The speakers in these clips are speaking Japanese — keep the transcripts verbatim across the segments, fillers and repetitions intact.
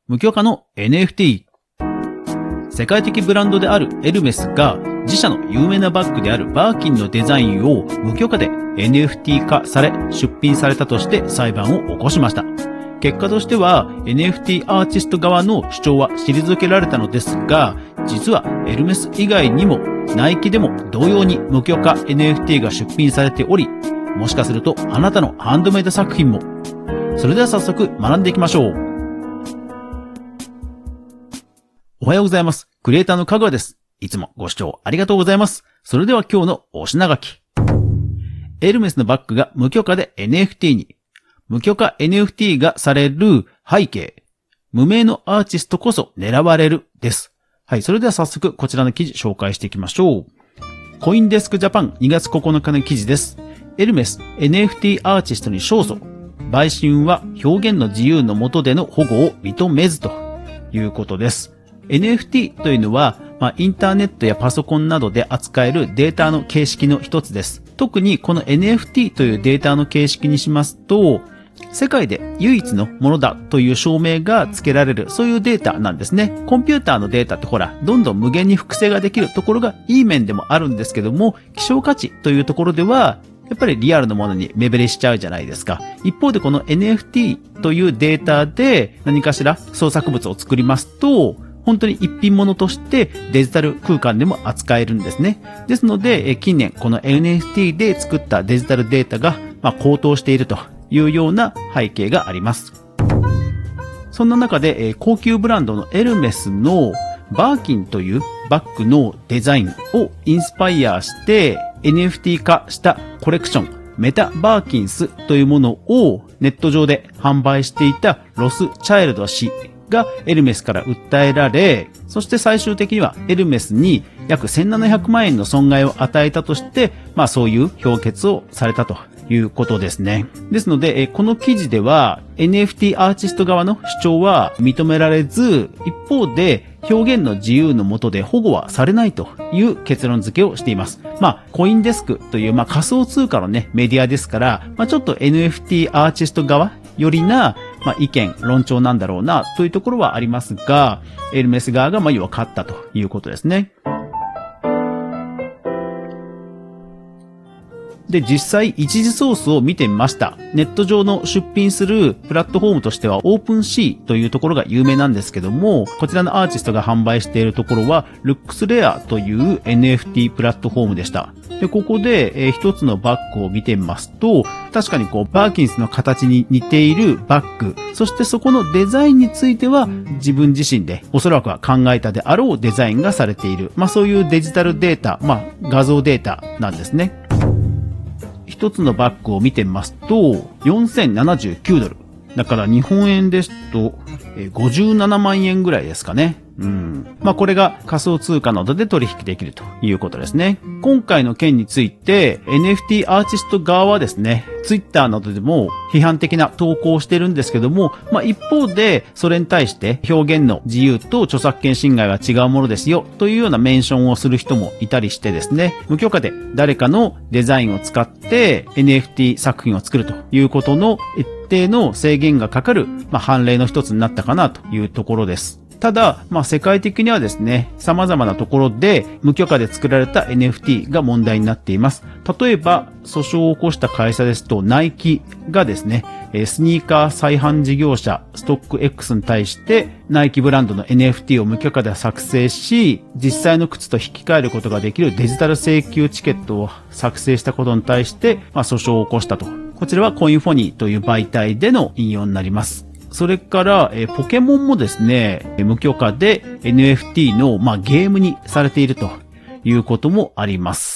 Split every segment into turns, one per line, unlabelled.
無許可の エヌエフティー。世界的ブランドであるエルメスが自社の有名なバッグであるバーキンのデザインを無許可で エヌエフティー 化され出品されたとして裁判を起こしました。結果としては エヌエフティー アーティスト側の主張は退けられたのですが、実はエルメス以外にもナイキでも同様に無許可 エヌエフティー が出品されており、もしかするとあなたのハンドメイド作品も。それでは早速学んでいきましょう。おはようございます。クリエイターのかぐわです。いつもご視聴ありがとうございます。それでは今日のお品書き。エルメスのバッグが無許可で エヌエフティー に。無許可 エヌエフティー がされる背景。無名のアーティストこそ狙われるです。はい、それでは早速こちらの記事紹介していきましょう。コインデスクジャパンにがつここのかの記事です。エルメス エヌエフティー アーティストに勝訴。売春は表現の自由の下での保護を認めずということです。エヌエフティー というのは、まあ、インターネットやパソコンなどで扱えるデータの形式の一つです。特にこの エヌエフティー というデータの形式にしますと、世界で唯一のものだという証明が付けられる、そういうデータなんですね。コンピューターのデータってほら、どんどん無限に複製ができるところがいい面でもあるんですけども、希少価値というところでは、やっぱりリアルのものに目減りしちゃうじゃないですか。一方でこの エヌエフティー というデータで何かしら創作物を作りますと、本当に一品物としてデジタル空間でも扱えるんですね。ですので、近年この エヌエフティー で作ったデジタルデータがまあ高騰しているというような背景があります。そんな中で、高級ブランドのエルメスのバーキンというバッグのデザインをインスパイアして エヌエフティー 化したコレクションメタバーキンスというものをネット上で販売していたロス・チャイルド氏がエルメスから訴えられ、そして最終的にはエルメスに約せんななひゃくまんえんの損害を与えたとして、まあそういう評決をされたということですね。ですので、この記事では エヌエフティー アーティスト側の主張は認められず、一方で表現の自由の下で保護はされないという結論付けをしています。まあ、コインデスクというまあ仮想通貨のね、メディアですから、まあちょっと エヌエフティー アーティスト側よりな、まあ意見、論調なんだろうなというところはありますが、エルメス側がまあ要は勝ったということですね。で、実際一時ソースを見てみました。ネット上の出品するプラットフォームとしてはオープンシーというところが有名なんですけども、こちらのアーティストが販売しているところはルックスレアという エヌエフティー プラットフォームでした。で、ここで、えー、一つのバッグを見てみますと、確かにこうバーキンスの形に似ているバッグ、そしてそこのデザインについては自分自身でおそらくは考えたであろうデザインがされている。まあそういうデジタルデータ、まあ画像データなんですね。一つのバッグを見てみますと、よんせんななじゅうきゅうドル。だから日本円ですと、ごじゅうななまんえんぐらいですかね。うん。まあこれが仮想通貨などで取引できるということですね。今回の件について エヌエフティー アーティスト側はですね、ツイッターなどでも批判的な投稿をしてるんですけども、まあ一方でそれに対して表現の自由と著作権侵害は違うものですよというようなメンションをする人もいたりしてですね、無許可で誰かのデザインを使って エヌエフティー 作品を作るということの一定の制限がかかる、まあ、判例の一つになったかなというところです。ただ、まあ、世界的にはですね、様々なところで無許可で作られた エヌエフティー が問題になっています。例えば、訴訟を起こした会社ですと、ナイキがですね、スニーカー再販事業者ストック X に対して、ナイキブランドの エヌエフティー を無許可で作成し、実際の靴と引き換えることができるデジタル請求チケットを作成したことに対して、まあ、訴訟を起こしたと。こちらはコインフォニーという媒体での引用になります。それから、えー、ポケモンもですね、無許可で エヌエフティー の、まあ、ゲームにされているということもあります。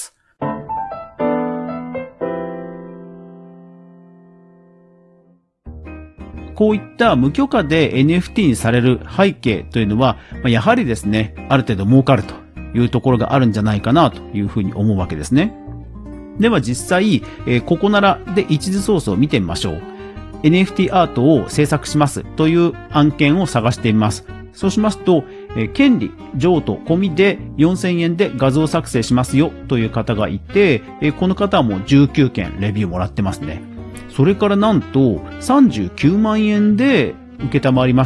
こういった無許可で エヌエフティー にされる背景というのは、まあ、やはりですね、ある程度儲かるというところがあるんじゃないかなというふうに思うわけですね。では実際、えー、ここならで一時ソースを見てみましょう。エヌエフティー アートを制作しますという案件を探してみます。そうしますと、えー、権利、譲渡込みでよんせんえんで画像作成しますよという方がいて、えー、この方はもうじゅうきゅうけんレビューもらってますね。それからなんとさんじゅうきゅうまんえんで受けたまわりますと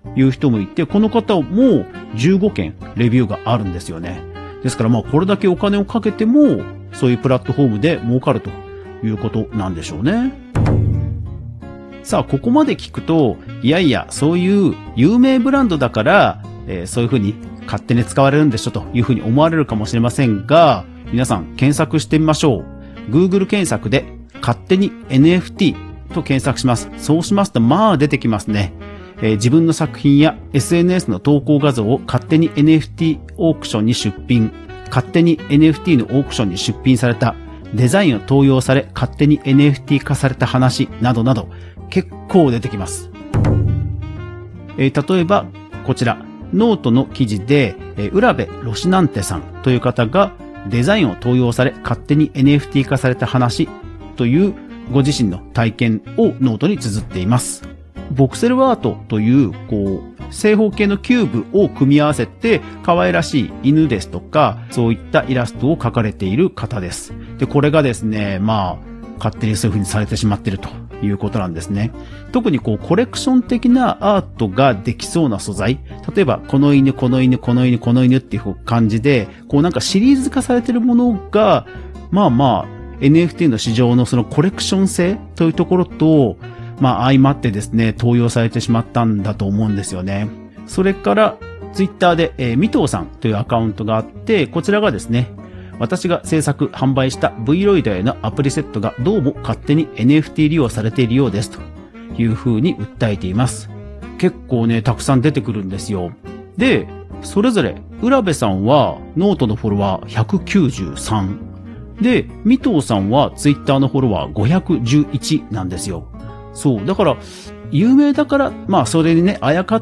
いう人もいて、この方もじゅうごけんレビューがあるんですよね。ですからまあこれだけお金をかけても、そういうプラットフォームで儲かるということなんでしょうね。さあ、ここまで聞くと、いやいや、そういう有名ブランドだから、えー、そういうふうに勝手に使われるんでしょというふうに思われるかもしれませんが、皆さん検索してみましょう。Google 検索で勝手に エヌエフティー と検索します。そうしますと、まあ出てきますね。えー、自分の作品や エスエヌエス の投稿画像を勝手に エヌエフティー オークションに出品、勝手に エヌエフティー のオークションに出品された、デザインを盗用され勝手に エヌエフティー 化された話などなど結構出てきます。えー、例えばこちらノートの記事で、えー、浦部ロシナンテさんという方がデザインを盗用され勝手に エヌエフティー 化された話というご自身の体験をノートに綴っています。ボクセルアートという、こう、正方形のキューブを組み合わせて、可愛らしい犬ですとか、そういったイラストを描かれている方です。で、これがですね、まあ、勝手にそういう風にされてしまっているということなんですね。特にこう、コレクション的なアートができそうな素材。例えば、この犬、この犬、この犬、この犬っていう感じで、こうなんかシリーズ化されているものが、まあまあ、エヌエフティー の市場のそのコレクション性というところと、まあ相まってですね、盗用されてしまったんだと思うんですよね。それから、ツイッターで、えー、ミトウさんというアカウントがあって、こちらがですね、私が制作、販売した Vroid へのアプリセットがどうも勝手に エヌエフティー 利用されているようですという風に訴えています。結構ね、たくさん出てくるんですよ。で、それぞれ、浦部さんはノートのフォロワーひゃくきゅうじゅうさん。で、ミトウさんはツイッターのフォロワーごひゃくじゅういちなんですよ。そう。だから、有名だから、まあ、それにね、あやかって、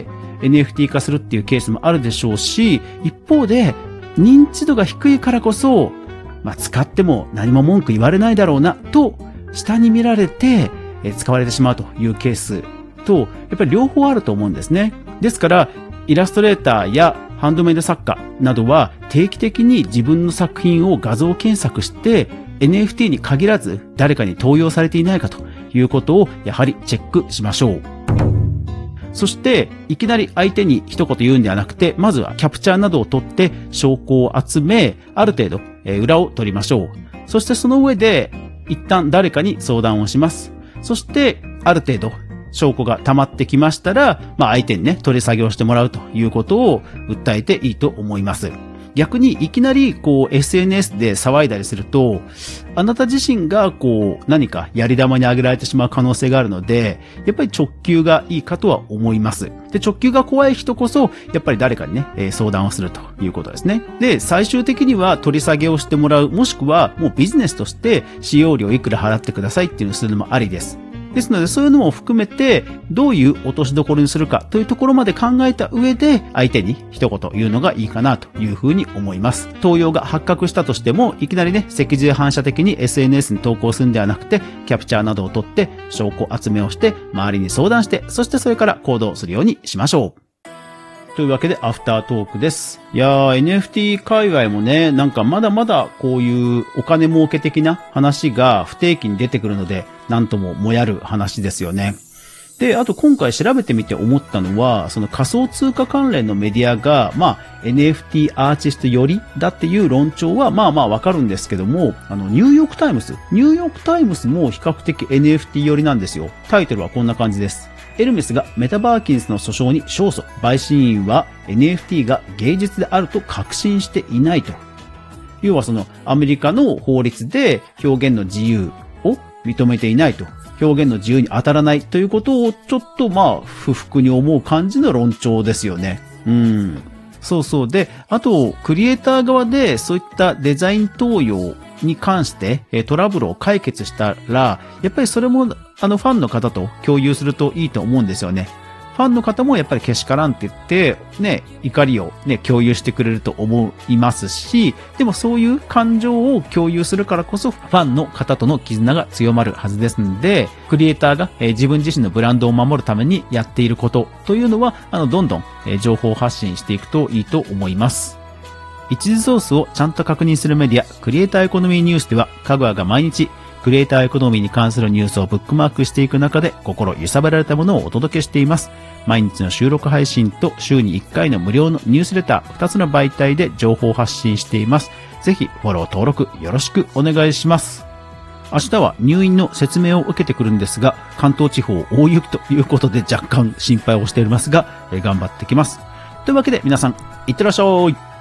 エヌエフティー 化するっていうケースもあるでしょうし、一方で、認知度が低いからこそ、まあ、使っても何も文句言われないだろうな、と、下に見られて、え使われてしまうというケースと、やっぱり両方あると思うんですね。ですから、イラストレーターやハンドメイド作家などは、定期的に自分の作品を画像検索して、エヌエフティー に限らず、誰かに盗用されていないかということを、やはりチェックしましょう。そして、いきなり相手に一言言うんではなくて、まずはキャプチャーなどを取って証拠を集め、ある程度、えー、裏を取りましょう。そしてその上で、一旦誰かに相談をします。そして、ある程度、証拠が溜まってきましたら、まあ相手にね、取り作業してもらうということを訴えていいと思います。逆にいきなりこう エスエヌエス で騒いだりすると、あなた自身がこう何かやり玉に挙げられてしまう可能性があるので、やっぱり直球がいいかとは思います。で、直球が怖い人こそ、やっぱり誰かにね、えー、相談をするということですね。で、最終的には取り下げをしてもらう、もしくはもうビジネスとして使用料いくら払ってくださいっていうのをするのもありです。ですので、そういうのも含めて、どういう落としどころにするかというところまで考えた上で、相手に一言言うのがいいかなというふうに思います。盗用が発覚したとしても、いきなりね、脊髄反射的に エスエヌエス に投稿するんではなくて、キャプチャーなどを取って、証拠集めをして、周りに相談して、そしてそれから行動するようにしましょう。というわけで、アフタートークです。いやー、エヌエフティー 界隈もね、なんかまだまだこういうお金儲け的な話が不定期に出てくるので、なんとももやる話ですよね。で、あと今回調べてみて思ったのは、その仮想通貨関連のメディアが、まあ、エヌエフティー アーティスト寄りだっていう論調は、まあまあわかるんですけども、あの、ニューヨークタイムズ、ニューヨークタイムズも比較的 エヌエフティー 寄りなんですよ。タイトルはこんな感じです。エルメスがメタバーキンスの訴訟に勝訴。陪審員は エヌエフティー が芸術であると確信していないと。要はそのアメリカの法律で表現の自由を認めていないと。表現の自由に当たらないということをちょっとまあ不服に思う感じの論調ですよね。うん。そうそう。で、あとクリエイター側でそういったデザイン盗用に関してトラブルを解決したら、やっぱりそれもあのファンの方と共有するといいと思うんですよね。ファンの方もやっぱりけしからんって言って、ね、怒りをね、共有してくれると思いますし、でもそういう感情を共有するからこそ、ファンの方との絆が強まるはずですので、クリエイターが、えー、自分自身のブランドを守るためにやっていることというのは、あの、どんどん、えー、情報発信していくといいと思います。一時ソースをちゃんと確認するメディア、クリエイターエコノミーニュースでは、かぐわが毎日、 クリエイターエコノミーに関するニュースをブックマークしていく中で心揺さぶられたものをお届けしています。毎日の収録配信と週にいっかいの無料のニュースレター、ふたつの媒体で情報発信しています。ぜひフォロー登録よろしくお願いします。明日は入院の説明を受けてくるんですが、関東地方大雪ということで若干心配をしていますが、頑張ってきます。というわけで皆さん、いってらっしゃい。